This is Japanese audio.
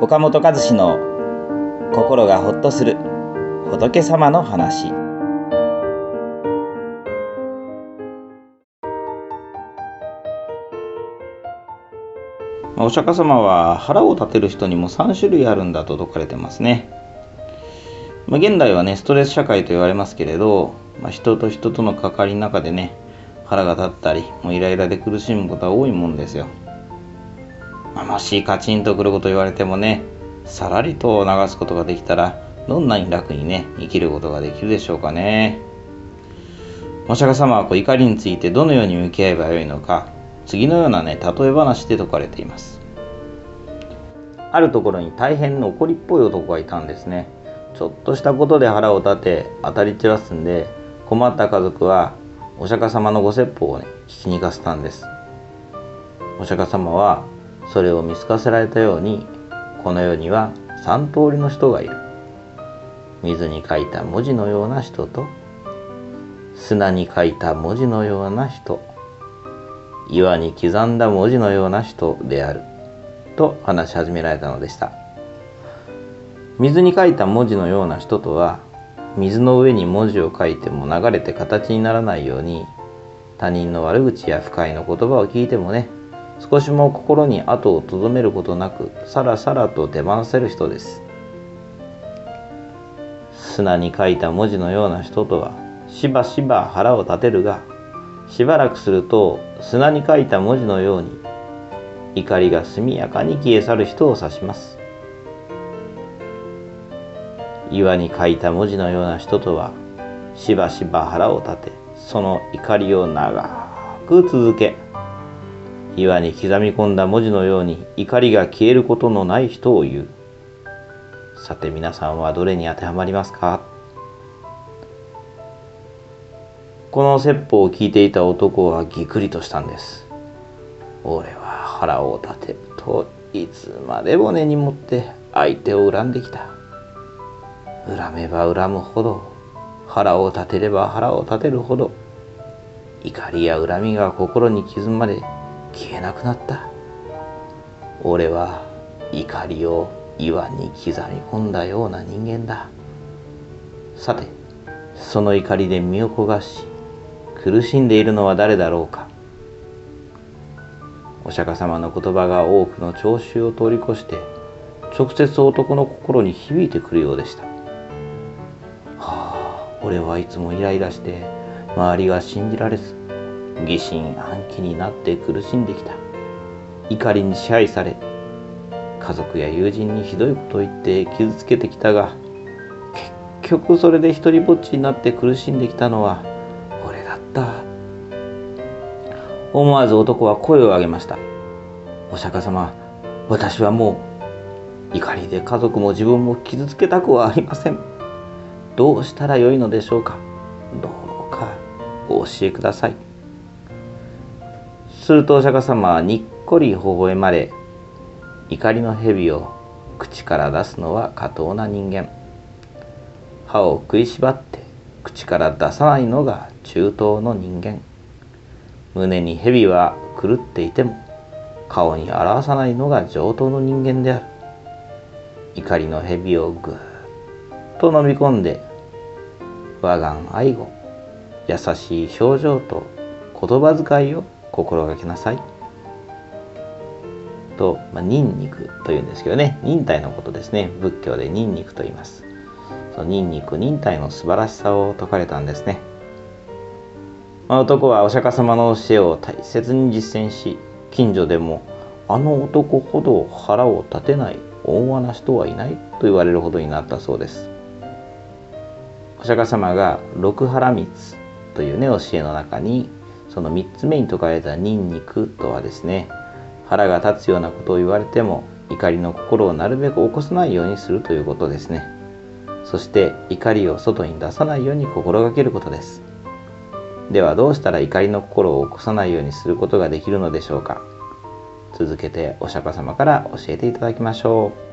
岡本和志の心がほっとする仏様の話。お釈迦様は腹を立てる人にも3種類あるんだと説かれてますね。現代はねストレス社会と言われますけれど、人と人との関わりの中でね腹が立ったりイライラで苦しむことは多いもんですよ。もしカチンとくること言われてもねさらりと流すことができたらどんなに楽にね生きることができるでしょうかね。お釈迦様は怒りについてどのように向き合えばよいのか、次のようなね例え話で説かれています。あるところに大変の怒りっぽい男がいたんですね。ちょっとしたことで腹を立て当たり散らすんで、困った家族はお釈迦様のご説法をね聞きに行かせたんです。お釈迦様はそれを見透かせられたように、この世には3通りの人がいる。水に書いた文字のような人と、砂に書いた文字のような人、岩に刻んだ文字のような人であると話し始められたのでした。水に書いた文字のような人とは、水の上に文字を書いても流れて形にならないように、他人の悪口や不快の言葉を聞いてもね少しも心に跡をとどめることなくさらさらと手放せる人です。砂に書いた文字のような人とは、しばしば腹を立てるが、しばらくすると砂に書いた文字のように怒りが速やかに消え去る人を指します。岩に書いた文字のような人とは、しばしば腹を立てその怒りを長く続け、岩に刻み込んだ文字のように怒りが消えることのない人を言う。さて皆さんはどれに当てはまりますか？この説法を聞いていた男はぎくりとしたんです。俺は腹を立てるといつまでも根に持って相手を恨んできた。恨めば恨むほど、腹を立てれば腹を立てるほど、怒りや恨みが心に刻まれ消えなくなった。俺は怒りを岩に刻み込んだような人間だ。さてその怒りで身を焦がし苦しんでいるのは誰だろうか。お釈迦様の言葉が多くの聴衆を通り越して直接男の心に響いてくるようでした。俺はいつもイライラして周りが信じられず疑心暗鬼になって苦しんできた。怒りに支配され家族や友人にひどいことを言って傷つけてきたが、結局それで一人ぼっちになって苦しんできたのは俺だった。思わず男は声を上げました。お釈迦様、私はもう怒りで家族も自分も傷つけたくはありません。どうしたらよいのでしょうか。どうかお教えください。するとお釈迦様はにっこり微笑まれ、怒りの蛇を口から出すのは下等な人間、歯を食いしばって口から出さないのが中等の人間、胸に蛇は狂っていても顔に表さないのが上等の人間である。怒りの蛇をぐーっと飲み込んで和顔愛語、優しい表情と言葉遣いを心がけなさいと、ニンニクというんですけどね、忍耐のことですね。仏教でニンニクと言います。そのニンニク忍耐の素晴らしさを説かれたんですね。男はお釈迦様の教えを大切に実践し、近所でもあの男ほど腹を立てない温和な人はいないと言われるほどになったそうです。お釈迦様が六腹密というね教えの中に、その3つ目に説かれたニンニクとはですね、腹が立つようなことを言われても怒りの心をなるべく起こさないようにするということですね。そして怒りを外に出さないように心がけることです。ではどうしたら怒りの心を起こさないようにすることができるのでしょうか。続けてお釈迦様から教えていただきましょう。